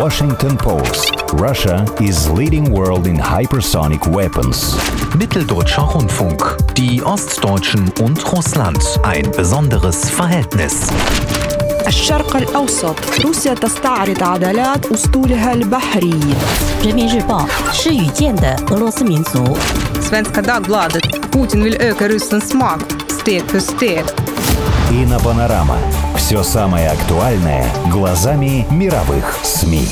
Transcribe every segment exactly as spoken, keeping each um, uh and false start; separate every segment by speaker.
Speaker 1: Washington Post. Russia is leading world in hypersonic weapons.
Speaker 2: Mitteldeutscher Rundfunk. Die Ostdeutschen und Russland. Ein besonderes Verhältnis.
Speaker 3: الشرق الأوسط. روسيا تستعرض عضلات أسطولها البحري.
Speaker 4: 人民日报是语见的俄罗斯民族。
Speaker 5: Svenska Dagbladet. Putin vill öka Rysslands makt steg för steg.
Speaker 1: Инопанорама. Все самое актуальное глазами мировых СМИ.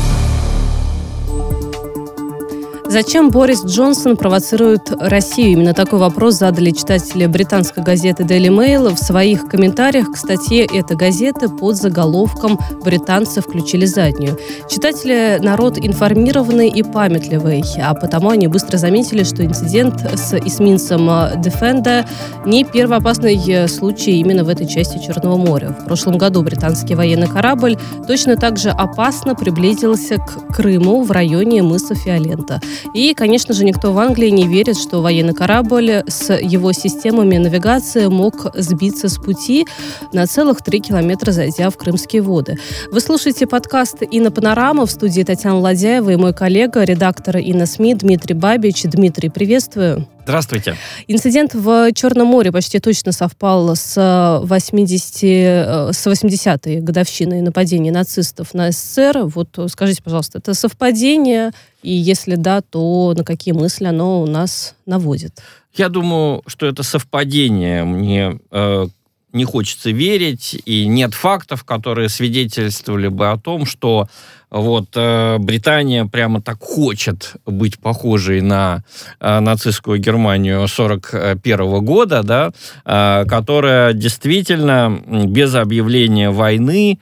Speaker 6: Зачем Борис Джонсон провоцирует Россию? Именно такой вопрос задали читатели британской газеты Daily Mail в своих комментариях к статье этой газеты под заголовком «Британцы включили заднюю». Читатели – народ информированный и памятливый, а потому они быстро заметили, что инцидент с эсминцем Defender не первый опасный случай именно в этой части Черного моря. В прошлом году британский военный корабль точно так же опасно приблизился к Крыму в районе мыса Фиолента. И, конечно же, никто в Англии не верит, что военный корабль с его системами навигации мог сбиться с пути на целых три километра, зайдя в крымские воды. Вы слушаете подкаст «Инопанорама». В студии Татьяна Ладяева и мой коллега, редактор ИНО-СМИ Дмитрий Бабич. Дмитрий, приветствую.
Speaker 7: Здравствуйте.
Speaker 6: Инцидент в Черном море почти точно совпал с восьмидесятой, с восьмидесятой годовщиной нападения нацистов на СССР. Вот скажите, пожалуйста, это совпадение? И если да, то на какие мысли оно у нас наводит?
Speaker 7: Я думаю, что это совпадение. Мне э, не хочется верить, и нет фактов, которые свидетельствовали бы о том, что вот э, Британия прямо так хочет быть похожей на э, нацистскую Германию сорок первого года, да, э, которая действительно без объявления войны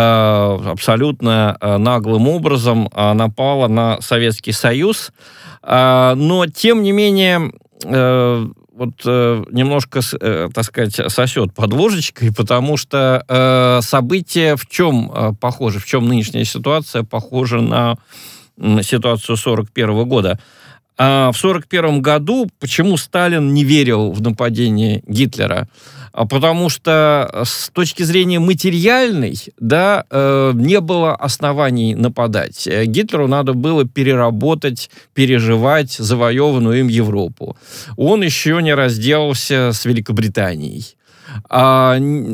Speaker 7: абсолютно наглым образом напала на Советский Союз. Но, тем не менее, вот немножко, так сказать, сосет под ложечкой, потому что события в чем похожи, в чем нынешняя ситуация похожа на ситуацию сорок первого года. А в сорок первом году почему Сталин не верил в нападение Гитлера? Потому что с точки зрения материальной, да, э, не было оснований нападать. Гитлеру надо было переработать, переживать завоеванную им Европу. Он еще не разделался с Великобританией. А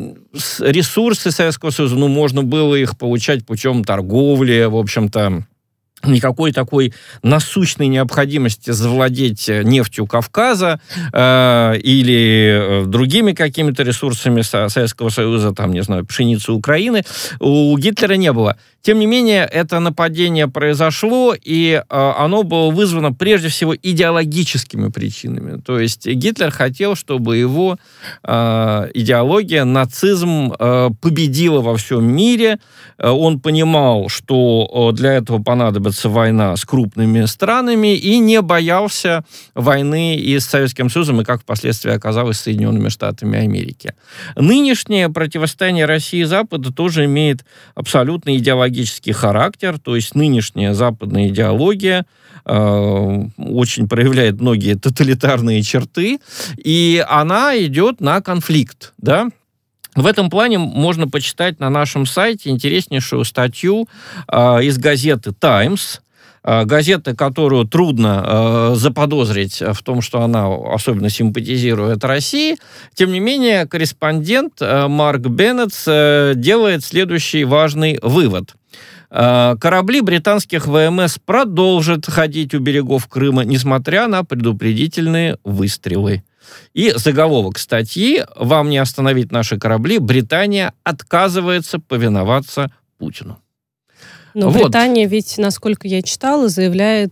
Speaker 7: ресурсы Советского Союза, ну, можно было их получать путем торговли, в общем-то. Никакой такой насущной необходимости завладеть нефтью Кавказа э, или другими какими-то ресурсами Советского Союза, там, не знаю, пшеницы Украины, у Гитлера не было. Тем не менее, это нападение произошло, и э, оно было вызвано прежде всего идеологическими причинами. То есть Гитлер хотел, чтобы его э, идеология, нацизм э, победила во всем мире. Э, он понимал, что для этого понадобится война с крупными странами, и не боялся войны и с Советским Союзом, и, как впоследствии оказалось, с Соединенными Штатами Америки. Нынешнее противостояние России и Запада тоже имеет абсолютно идеологический характер, то есть нынешняя западная идеология э, очень проявляет многие тоталитарные черты, и она идет на конфликт, да. В этом плане можно почитать на нашем сайте интереснейшую статью э, из газеты «Таймс», э, газеты, которую трудно э, заподозрить в том, что она особенно симпатизирует России. Тем не менее, корреспондент э, Марк Беннет э, делает следующий важный вывод. Э, корабли британских ВМС продолжат ходить у берегов Крыма, несмотря на предупредительные выстрелы. И заголовок статьи «Вам не остановить наши корабли. Британия отказывается повиноваться Путину».
Speaker 6: Но
Speaker 7: вот.
Speaker 6: Британия ведь, насколько я читала, заявляет,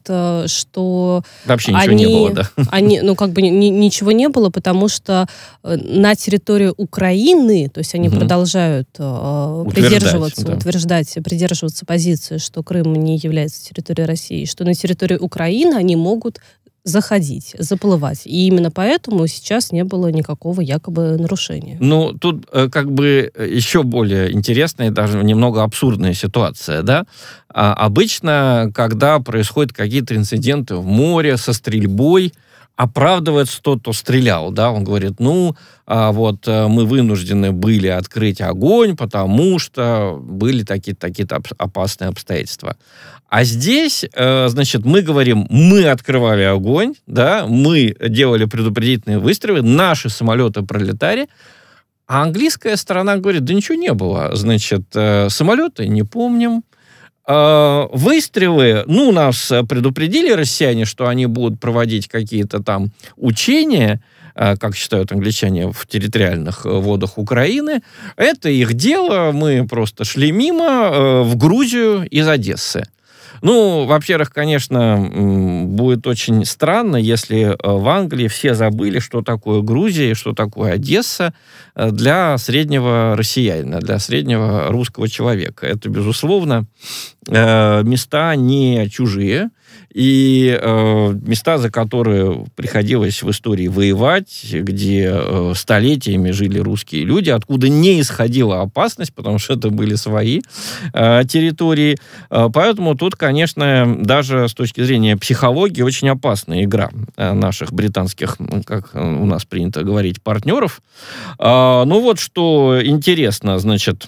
Speaker 6: что
Speaker 7: вообще ничего
Speaker 6: они,
Speaker 7: не было, да.
Speaker 6: Они, ну, как бы ни, ничего не было, потому что на территории Украины, то есть они угу. продолжают uh, придерживаться, да. утверждать, придерживаться позиции, что Крым не является территорией России, что на территории Украины они могут заходить, заплывать. И именно поэтому сейчас не было никакого якобы нарушения.
Speaker 7: Ну, тут э, как бы еще более интересная, даже немного абсурдная ситуация, да? А, обычно, когда происходят какие-то инциденты в море со стрельбой, оправдывается тот, кто стрелял, да, он говорит, ну, а вот мы вынуждены были открыть огонь, потому что были такие-то, такие-то опасные обстоятельства. А здесь, значит, мы говорим, мы открывали огонь, да, мы делали предупредительные выстрелы, наши самолеты пролетали, а английская сторона говорит, да ничего не было, значит, самолеты не помним, выстрелы, ну, нас предупредили россияне, что они будут проводить какие-то там учения, как считают англичане, в территориальных водах Украины. Это их дело, мы просто шли мимо в Грузию из Одессы. Ну, во-первых, конечно, будет очень странно, если в Англии все забыли, что такое Грузия и что такое Одесса для среднего россиянина, для среднего русского человека. Это, безусловно, места не чужие, и э, места, за которые приходилось в истории воевать, где э, столетиями жили русские люди, откуда не исходила опасность, потому что это были свои э, территории. Э, поэтому тут, конечно, даже с точки зрения психологии очень опасная игра э, наших британских, как у нас принято говорить, партнеров. Э, ну вот что интересно, значит,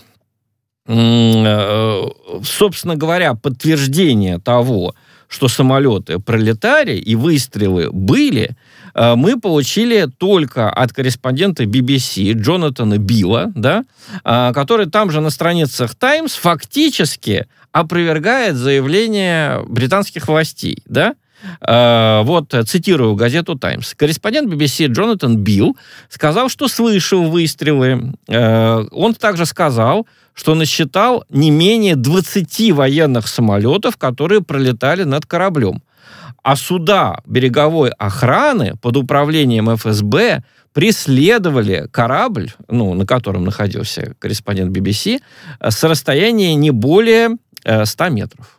Speaker 7: э, собственно говоря, подтверждение того, что самолеты пролетали и выстрелы были, мы получили только от корреспондента би би си Джонатана Билла, да, который там же на страницах Times фактически опровергает заявление британских властей, да. Вот, цитирую газету «Таймс». Корреспондент би би си Джонатан Билл сказал, что слышал выстрелы. Он также сказал, что насчитал не менее двадцати военных самолетов, которые пролетали над кораблем. А суда береговой охраны под управлением эф эс бэ преследовали корабль, ну, на котором находился корреспондент би би си, с расстояния не более ста метров.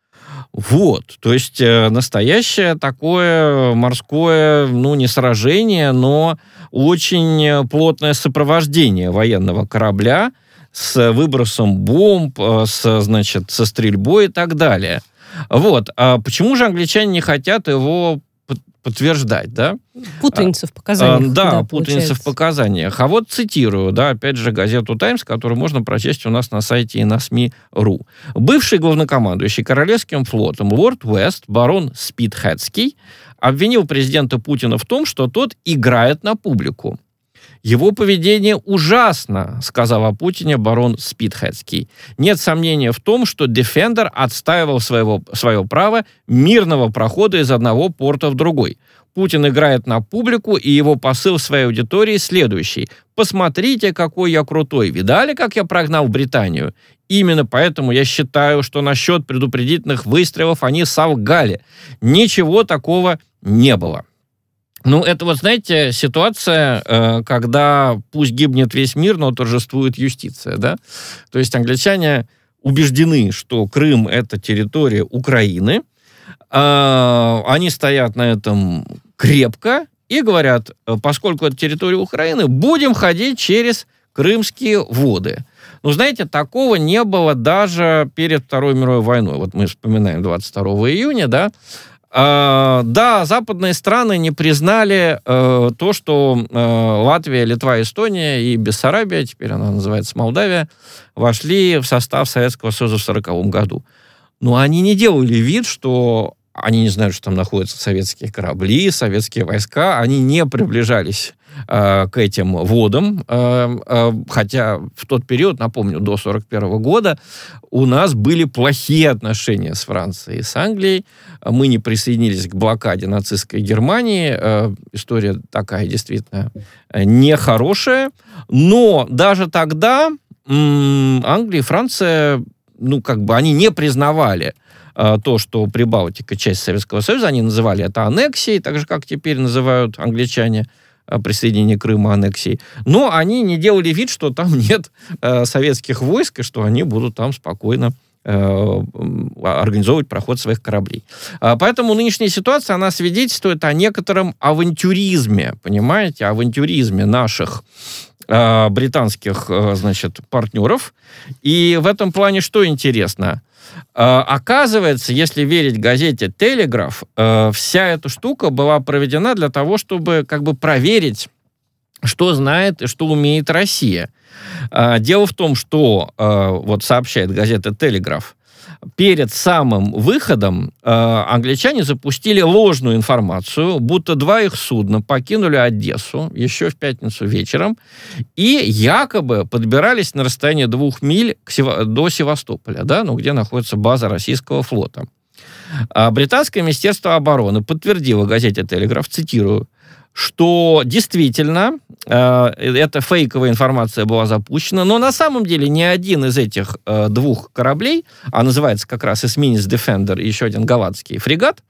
Speaker 7: Вот, то есть э, настоящее такое морское, ну, не сражение, но очень плотное сопровождение военного корабля с выбросом бомб, с, значит, со стрельбой и так далее. Вот, а почему же англичане не хотят его подтверждать, да?
Speaker 6: Путаница в показаниях.
Speaker 7: А, да,
Speaker 6: да,
Speaker 7: путаница
Speaker 6: получается.
Speaker 7: в показаниях. А вот цитирую, да, опять же, газету «Таймс», которую можно прочесть у нас на сайте и на СМИ точка ру. Бывший главнокомандующий Королевским флотом лорд Уэст, барон Спитхедский, обвинил президента Путина в том, что тот играет на публику. Его поведение ужасно, сказал о Путине барон Спитхедский. Нет сомнения в том, что Defender отстаивал своего, свое право мирного прохода из одного порта в другой. Путин играет на публику, и его посыл своей аудитории следующий. Посмотрите, какой я крутой. Видали, как я прогнал Британию? Именно поэтому я считаю, что насчет предупредительных выстрелов они солгали. Ничего такого не было. Ну, это вот, знаете, ситуация, когда пусть гибнет весь мир, но торжествует юстиция, да? То есть англичане убеждены, что Крым — это территория Украины, они стоят на этом крепко и говорят, поскольку это территория Украины, будем ходить через крымские воды. Ну, знаете, такого не было даже перед Второй мировой войной. Вот мы вспоминаем двадцать второго июня, да? Uh, да, западные страны не признали uh, то, что uh, Латвия, Литва, Эстония и Бессарабия, теперь она называется Молдавия, вошли в состав Советского Союза в сороковом году. Но они не делали вид, что они не знают, что там находятся советские корабли, советские войска, они не приближались э, к этим водам, э, э, хотя в тот период, напомню, до сорок первого года у нас были плохие отношения с Францией и с Англией, мы не присоединились к блокаде нацистской Германии, э, история такая действительно нехорошая, но даже тогда м- Англия и Франция, ну, как бы, они не признавали то, что Прибалтика часть Советского Союза, они называли это аннексией, так же, как теперь называют англичане присоединение Крыма аннексией. Но они не делали вид, что там нет э, советских войск, и что они будут там спокойно э, организовывать проход своих кораблей. А, поэтому нынешняя ситуация, она свидетельствует о некотором авантюризме, понимаете, авантюризме наших э, британских, э, значит, партнеров. И в этом плане что интересно? Э, оказывается, если верить газете «Телеграф», э, вся эта штука была проведена для того, чтобы как бы проверить, что знает и что умеет Россия. Э, дело в том, что, э, вот сообщает газета «Телеграф», перед самым выходом э, англичане запустили ложную информацию, будто два их судна покинули Одессу еще в пятницу вечером и якобы подбирались на расстояние двух миль к Сева- до Севастополя, да, ну, где находится база российского флота. А британское министерство обороны подтвердило газете «Телеграф», цитирую, что действительно э, эта фейковая информация была запущена, но на самом деле ни один из этих э, двух кораблей, а называется как раз эсминец «Дефендер» и еще один голландский фрегат,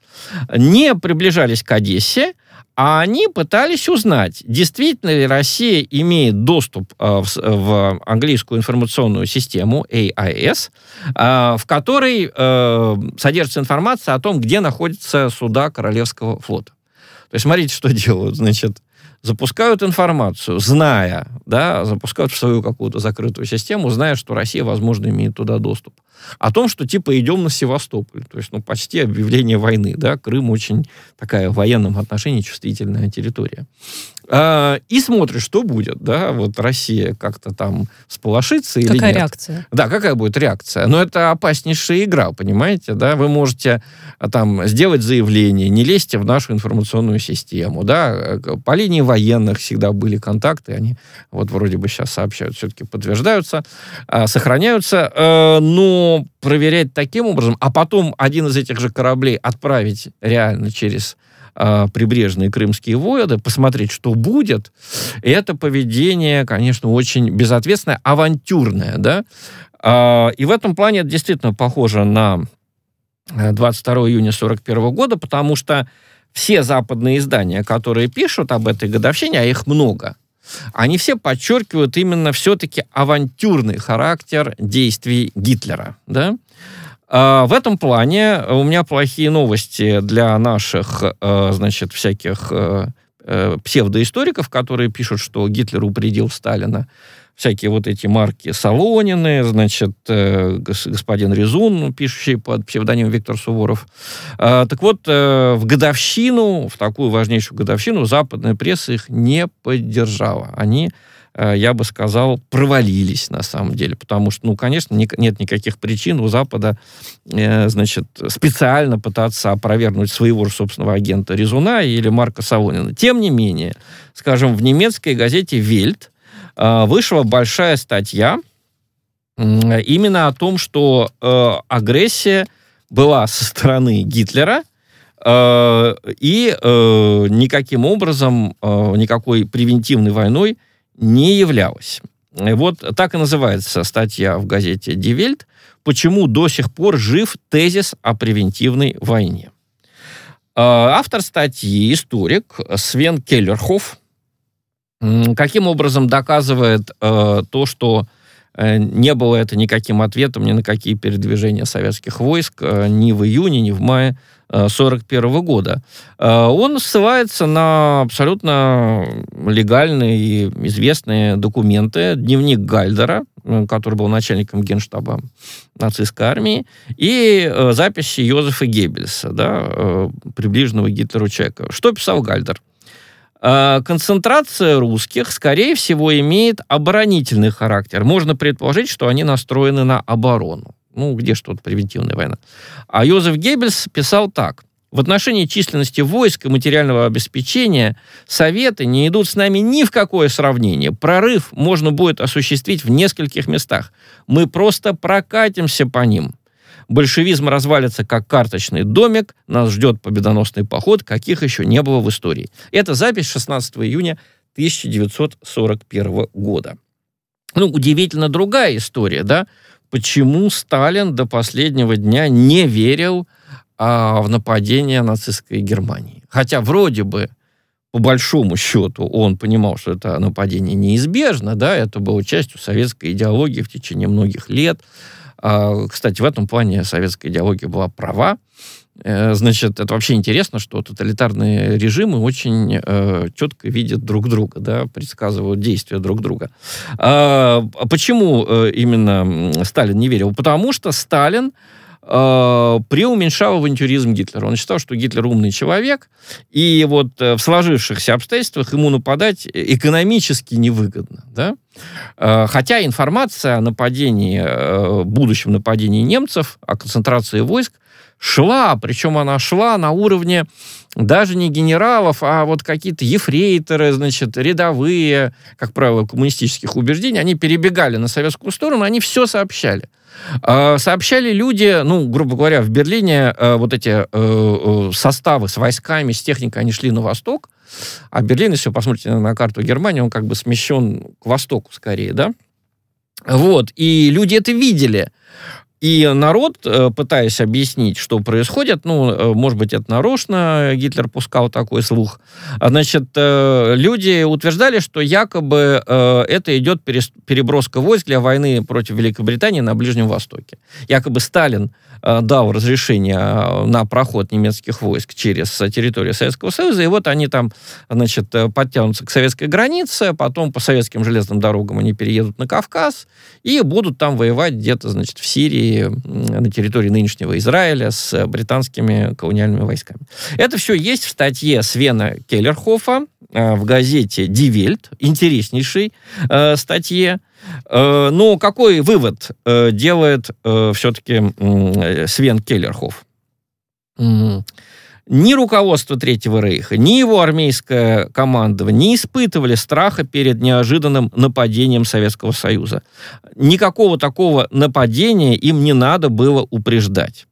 Speaker 7: не приближались к Одессе, а они пытались узнать, действительно ли Россия имеет доступ э, в, в английскую информационную систему эй ай эс, э, в которой э, содержится информация о том, где находятся суда Королевского флота. То есть, смотрите, что делают. Значит, запускают информацию, зная, да, запускают в свою какую-то закрытую систему, зная, что Россия, возможно, имеет туда доступ. О том, что, типа, идем на Севастополь. То есть, ну, почти объявление войны, да. Крым очень такая в военном отношении чувствительная территория. А, и смотришь, что будет, да. Вот Россия как-то там сполошится или нет.
Speaker 6: Какая реакция?
Speaker 7: Да, какая будет реакция. Но это опаснейшая игра, понимаете, да. Вы можете там сделать заявление, не лезьте в нашу информационную систему, да. По линии военных всегда были контакты, они вот вроде бы сейчас сообщают, все-таки подтверждаются, сохраняются, но проверять таким образом, а потом один из этих же кораблей отправить реально через э, прибрежные крымские воды, посмотреть, что будет, это поведение, конечно, очень безответственное, авантюрное, да, э, и в этом плане это действительно похоже на двадцать второго июня сорок первого года, потому что все западные издания, которые пишут об этой годовщине, а их много, они все подчеркивают именно все-таки авантюрный характер действий Гитлера. Да? А в этом плане у меня плохие новости для наших, значит, всяких псевдоисториков, которые пишут, что Гитлер упредил Сталина. Всякие вот эти Марки Солонины, значит, господин Резун, пишущий под псевдонимом Виктор Суворов. Так вот, в годовщину, в такую важнейшую годовщину, западная пресса их не поддержала. Они, я бы сказал, провалились на самом деле, потому что, ну, конечно, нет никаких причин у Запада, значит, специально пытаться опровергнуть своего же собственного агента Резуна или Марка Солонина. Тем не менее, скажем, в немецкой газете «Вельт» вышла большая статья именно о том, что э, агрессия была со стороны Гитлера э, и э, никаким образом э, никакой превентивной войной не являлась. И вот так и называется статья в газете Die Welt «Почему до сих пор жив тезис о превентивной войне». Э, автор статьи, историк Свен Келлерхоф, каким образом доказывает э, то, что э, не было это никаким ответом ни на какие передвижения советских войск э, ни в июне, ни в мае сорок первого года. Э, он ссылается на абсолютно легальные и известные документы. Дневник Гальдера, который был начальником генштаба нацистской армии, и э, записи Йозефа Геббельса, да, э, приближенного Гитлеру человека. Что писал Гальдер? Концентрация русских, скорее всего, имеет оборонительный характер. Можно предположить, что они настроены на оборону. Ну, где ж тут превентивная война? А Йозеф Геббельс писал так. В отношении численности войск и материального обеспечения Советы не идут с нами ни в какое сравнение. Прорыв можно будет осуществить в нескольких местах. Мы просто прокатимся по ним. Большевизм развалится, как карточный домик, нас ждет победоносный поход, каких еще не было в истории. Это запись шестнадцатого июня тысяча девятьсот сорок первого года. Ну, удивительно другая история, да? Почему Сталин до последнего дня не верил а, в нападение нацистской Германии? Хотя вроде бы, по большому счету, он понимал, что это нападение неизбежно, да? Это было частью советской идеологии в течение многих лет. Кстати, в этом плане советская идеология была права. Значит, это вообще интересно, что тоталитарные режимы очень э, четко видят друг друга, да, предсказывают действия друг друга. А почему э, именно Сталин не верил? Потому что Сталин э, преуменьшал авантюризм Гитлера. Он считал, что Гитлер умный человек, и вот э, в сложившихся обстоятельствах ему нападать экономически невыгодно, да? Э, хотя информация о нападении, э, будущем нападении немцев, о концентрации войск, шла, причем она шла на уровне даже не генералов, а вот какие-то ефрейторы, значит, рядовые, как правило, коммунистических убеждений, они перебегали на советскую сторону, они все сообщали. Сообщали люди, ну, грубо говоря, в Берлине вот эти составы с войсками, с техникой, они шли на восток, а Берлин, если вы посмотрите на карту Германии, он как бы смещен к востоку скорее, да? Вот, и люди это видели. И народ, пытаясь объяснить, что происходит, ну, может быть, это нарочно, Гитлер пускал такой слух, значит, люди утверждали, что якобы это идет переброска войск для войны против Великобритании на Ближнем Востоке. Якобы Сталин дал разрешение на проход немецких войск через территорию Советского Союза, и вот они там, значит, подтянутся к советской границе, потом по советским железным дорогам они переедут на Кавказ и будут там воевать где-то, значит, в Сирии, на территории нынешнего Израиля с британскими колониальными войсками. Это все есть в статье Свена Келлерхофа в газете Die Welt, интереснейшей э, статье. Э, но какой вывод э, делает э, все-таки э, Свен Келлерхоф? Ни руководство Третьего Рейха, ни его армейское командование не испытывали страха перед неожиданным нападением Советского Союза. Никакого такого нападения им не надо было упреждать.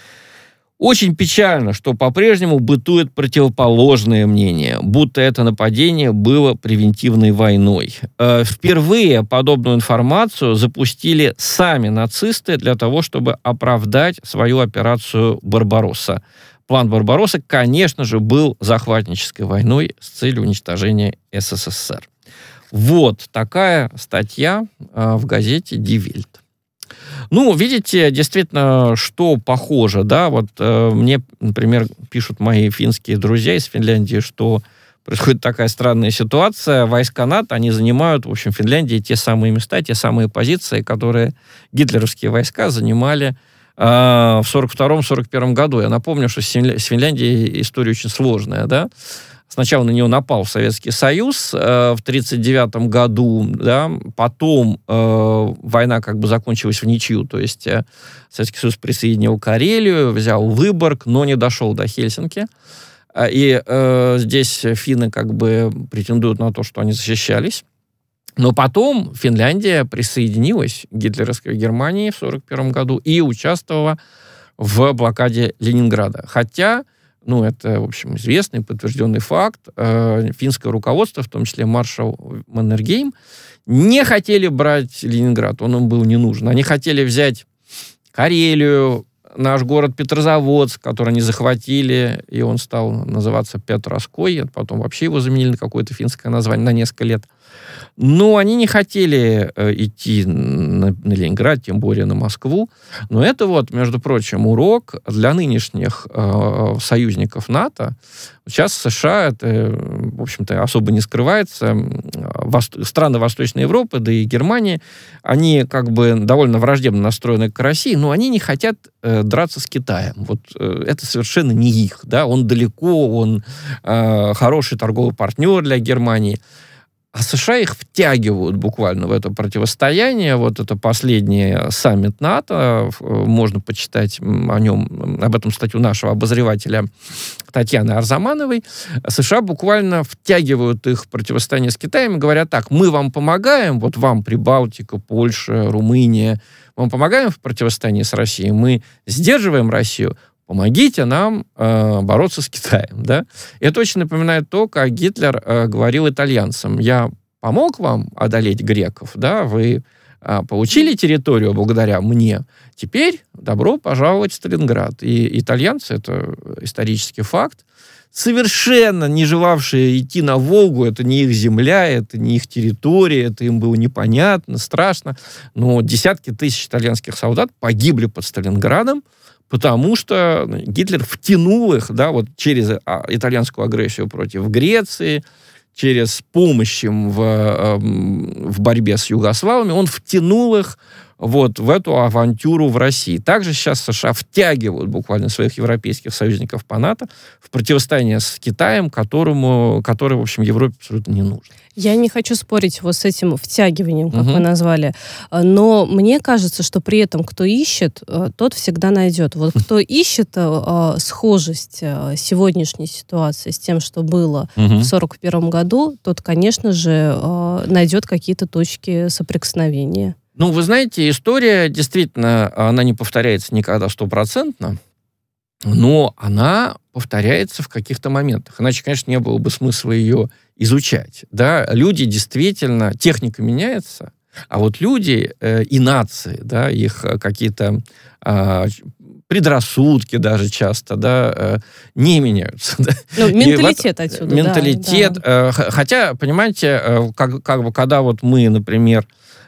Speaker 7: Очень печально, что по-прежнему бытует противоположное мнение, будто это нападение было превентивной войной. Впервые подобную информацию запустили сами нацисты для того, чтобы оправдать свою операцию «Барбаросса». План «Барбаросса», конечно же, был захватнической войной с целью уничтожения СССР. Вот такая статья э, в газете Die Welt. Ну, видите, действительно, что похоже, да, вот э, мне, например, пишут мои финские друзья из Финляндии, что происходит такая странная ситуация, войска НАТО, они занимают, в общем, в Финляндии те самые места, те самые позиции, которые гитлеровские войска занимали в сорок втором — сорок первом году. Я напомню, что с Финляндией история очень сложная, да. Сначала на нее напал Советский Союз э, в тридцать девятом году, да, потом э, война как бы закончилась в ничью, то есть э, Советский Союз присоединил Карелию, взял Выборг, но не дошел до Хельсинки. И э, здесь финны как бы претендуют на то, что они защищались. Но потом Финляндия присоединилась к гитлеровской Германии в сорок первом году и участвовала в блокаде Ленинграда. Хотя, ну, это, в общем, известный, подтвержденный факт, э, финское руководство, в том числе маршал Маннергейм, не хотели брать Ленинград, он им был не нужен. Они хотели взять Карелию, наш город Петрозаводск, который они захватили, и он стал называться Петроской, потом вообще его заменили на какое-то финское название на несколько лет. Но они не хотели э, идти на, на Ленинград, тем более на Москву. Но это вот, между прочим, урок для нынешних э, союзников НАТО. Сейчас США, это, в общем-то, особо не скрывается. Вос- страны Восточной Европы, да и Германии, они как бы довольно враждебно настроены к России, но они не хотят э, драться с Китаем. Вот э, это совершенно не их. Да? Он далеко, он э, хороший торговый партнер для Германии. А США их втягивают буквально в это противостояние. Вот это последний саммит НАТО. Можно почитать о нем, об этом статью нашего обозревателя Татьяны Арзамановой. США буквально втягивают их в противостояние с Китаем и говорят так: мы вам помогаем, вот вам Прибалтика, Польша, Румыния, мы вам помогаем в противостоянии с Россией, мы сдерживаем Россию, помогите нам э, бороться с Китаем. Да? Это очень напоминает то, как Гитлер э, говорил итальянцам: я помог вам одолеть греков, да? Вы э, получили территорию благодаря мне, теперь добро пожаловать в Сталинград. И итальянцы, это исторический факт, совершенно не желавшие идти на Волгу, это не их земля, это не их территория, это им было непонятно, страшно, но десятки тысяч итальянских солдат погибли под Сталинградом, потому что Гитлер втянул их, да, вот через итальянскую агрессию против Греции, через помощь им в, в борьбе с югославами, он втянул их вот в эту авантюру в России. Также сейчас США втягивают буквально своих европейских союзников по НАТО в противостояние с Китаем, которому, который, в общем, Европе абсолютно не нужен.
Speaker 6: Я не хочу спорить вот с этим втягиванием, как
Speaker 7: Угу.
Speaker 6: вы назвали, но мне кажется, что при этом, кто ищет, тот всегда найдет. Вот кто ищет э, схожесть э, сегодняшней ситуации с тем, что было
Speaker 7: Угу.
Speaker 6: в сорок первом году, тот, конечно же, э, найдет какие-то точки соприкосновения.
Speaker 7: Ну, вы знаете, история действительно, она не повторяется никогда стопроцентно, но она повторяется в каких-то моментах. Иначе, конечно, не было бы смысла ее изучать. Да? Люди действительно, техника меняется, а вот люди э, и нации, да, их какие-то э, предрассудки даже часто, да, э, не меняются. Да?
Speaker 6: Ну, менталитет
Speaker 7: вот,
Speaker 6: отсюда.
Speaker 7: Менталитет.
Speaker 6: Да, да.
Speaker 7: Э, хотя, понимаете, э, как, как бы, когда вот мы, например,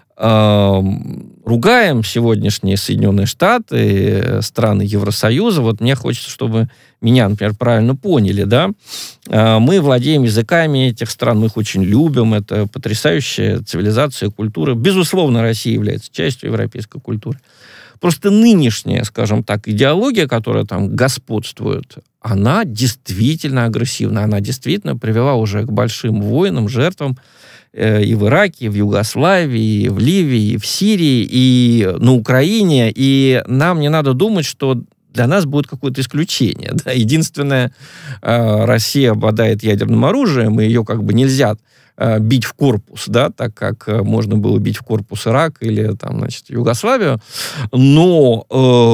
Speaker 7: ругаем сегодняшние Соединенные Штаты, страны Евросоюза, вот мне хочется, чтобы меня, например, правильно поняли, да, мы владеем языками этих стран, мы их очень любим, это потрясающая цивилизация, культура. Безусловно, Россия является частью европейской культуры. Просто нынешняя, скажем так, идеология, которая там господствует, она действительно агрессивна, она действительно привела уже к большим войнам, жертвам, и в Ираке, и в Югославии, и в Ливии, и в Сирии, и на Украине. И нам не надо думать, что для нас будет какое-то исключение. Да? Единственное, Россия обладает ядерным оружием, и ее как бы нельзя бить в корпус, да, так как можно было бить в корпус Ирак или там, значит, Югославию. Но,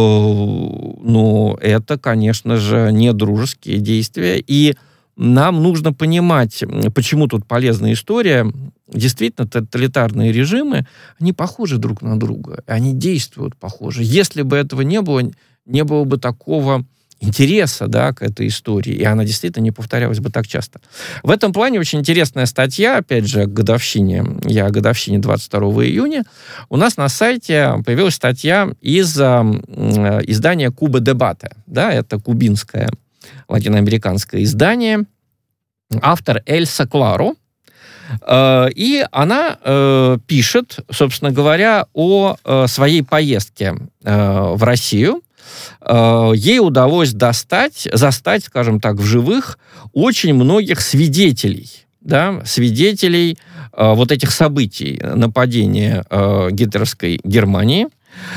Speaker 7: э, но это, конечно же, не дружеские действия. И нам нужно понимать, почему тут полезная история. Действительно, тоталитарные режимы, они похожи друг на друга, они действуют похоже. Если бы этого не было, не было бы такого интереса, да, к этой истории, и она действительно не повторялась бы так часто. В этом плане очень интересная статья, опять же, к годовщине, я о годовщине двадцать второго июня, у нас на сайте появилась статья из э, издания «Куба Дебате», да, это кубинское латиноамериканское издание, автор Эльса Кларо, э, и она э, пишет, собственно говоря, о э, своей поездке э, в Россию. Э, ей удалось достать, застать, скажем так, в живых очень многих свидетелей, да, свидетелей э, вот этих событий нападения э, гитлеровской Германии.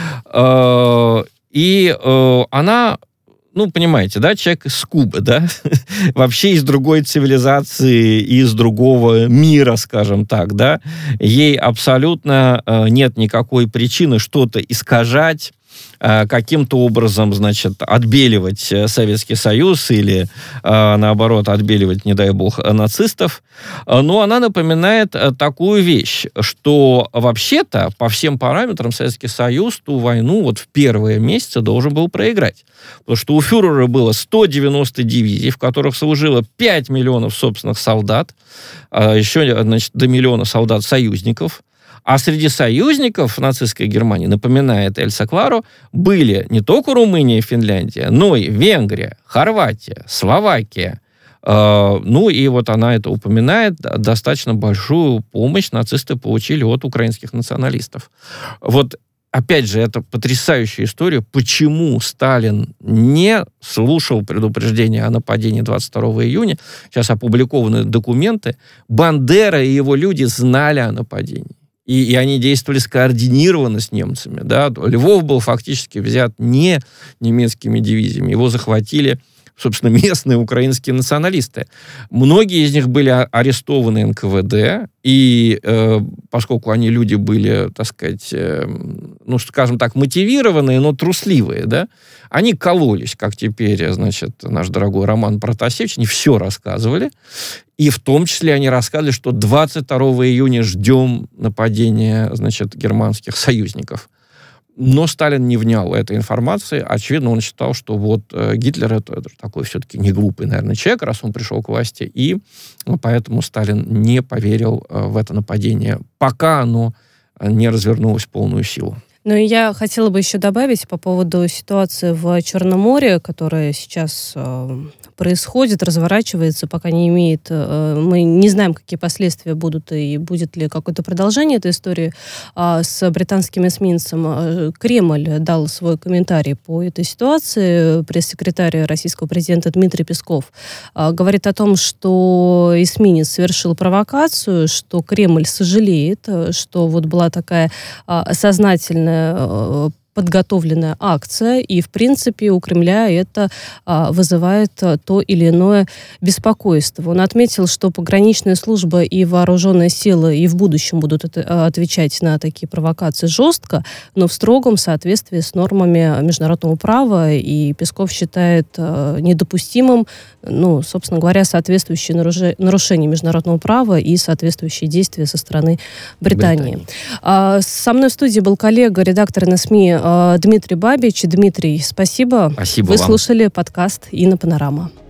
Speaker 7: Э, и э, она... Ну, понимаете, да, человек из Кубы, да, вообще из другой цивилизации, из другого мира, скажем так, да, ей абсолютно э, нет никакой причины что-то искажать, э, каким-то образом, значит, отбеливать Советский Союз или, э, наоборот, отбеливать, не дай бог, нацистов. Но она напоминает такую вещь, что вообще-то по всем параметрам Советский Союз ту войну вот в первые месяцы должен был проиграть. Потому что у фюрера было сто девяносто дивизий, в которых служило пять миллионов собственных солдат, еще, значит, до миллиона солдат-союзников. А среди союзников нацистской Германии, напоминает Эльса Кларо, были не только Румыния и Финляндия, но и Венгрия, Хорватия, Словакия. Ну, и вот она это упоминает, достаточно большую помощь нацисты получили от украинских националистов. Вот, опять же, это потрясающая история, почему Сталин не слушал предупреждения о нападении двадцать второго июня. Сейчас опубликованы документы. Бандера и его люди знали о нападении. И, и они действовали скоординированно с немцами. Да? Львов был фактически взят не немецкими дивизиями. Его захватили, собственно, местные украинские националисты. Многие из них были арестованы эн ка вэ дэ, и э, поскольку они люди были, так сказать, э, ну, скажем так, мотивированные, но трусливые, да, они кололись, как теперь, значит, наш дорогой Роман Протасевич, они все рассказывали, и в том числе они рассказывали, что двадцать второго июня ждем нападения, значит, германских союзников. Но Сталин не внял этой информации. Очевидно, он считал, что вот э, Гитлер это, это такой все-таки не глупый, наверное, человек, раз он пришел к власти. И ну, поэтому Сталин не поверил э, в это нападение, пока оно не развернулось в полную силу.
Speaker 6: Ну и я хотела бы еще добавить по поводу ситуации в Черном море, которая сейчас э, происходит, разворачивается, пока не имеет... Э, мы не знаем, какие последствия будут и будет ли какое-то продолжение этой истории э, с британским эсминцем. Э, Кремль дал свой комментарий по этой ситуации. Пресс-секретарь российского президента Дмитрий Песков э, говорит о том, что эсминец совершил провокацию, что Кремль сожалеет, что вот была такая э, сознательная подготовленная акция, и, в принципе, у Кремля это а, вызывает а, то или иное беспокойство. Он отметил, что пограничная служба и вооруженные силы и в будущем будут это, а, отвечать на такие провокации жестко, но в строгом соответствии с нормами международного права, и Песков считает а, недопустимым, ну, собственно говоря, соответствующие наруши- нарушения международного права и соответствующие действия со стороны Британии. Британия. А, со мной в студии был коллега, редактор эн эс эм и Дмитрий Бабич. Дмитрий, спасибо.
Speaker 7: Спасибо
Speaker 6: Вы
Speaker 7: вам.
Speaker 6: слушали подкаст «Инна Панорама».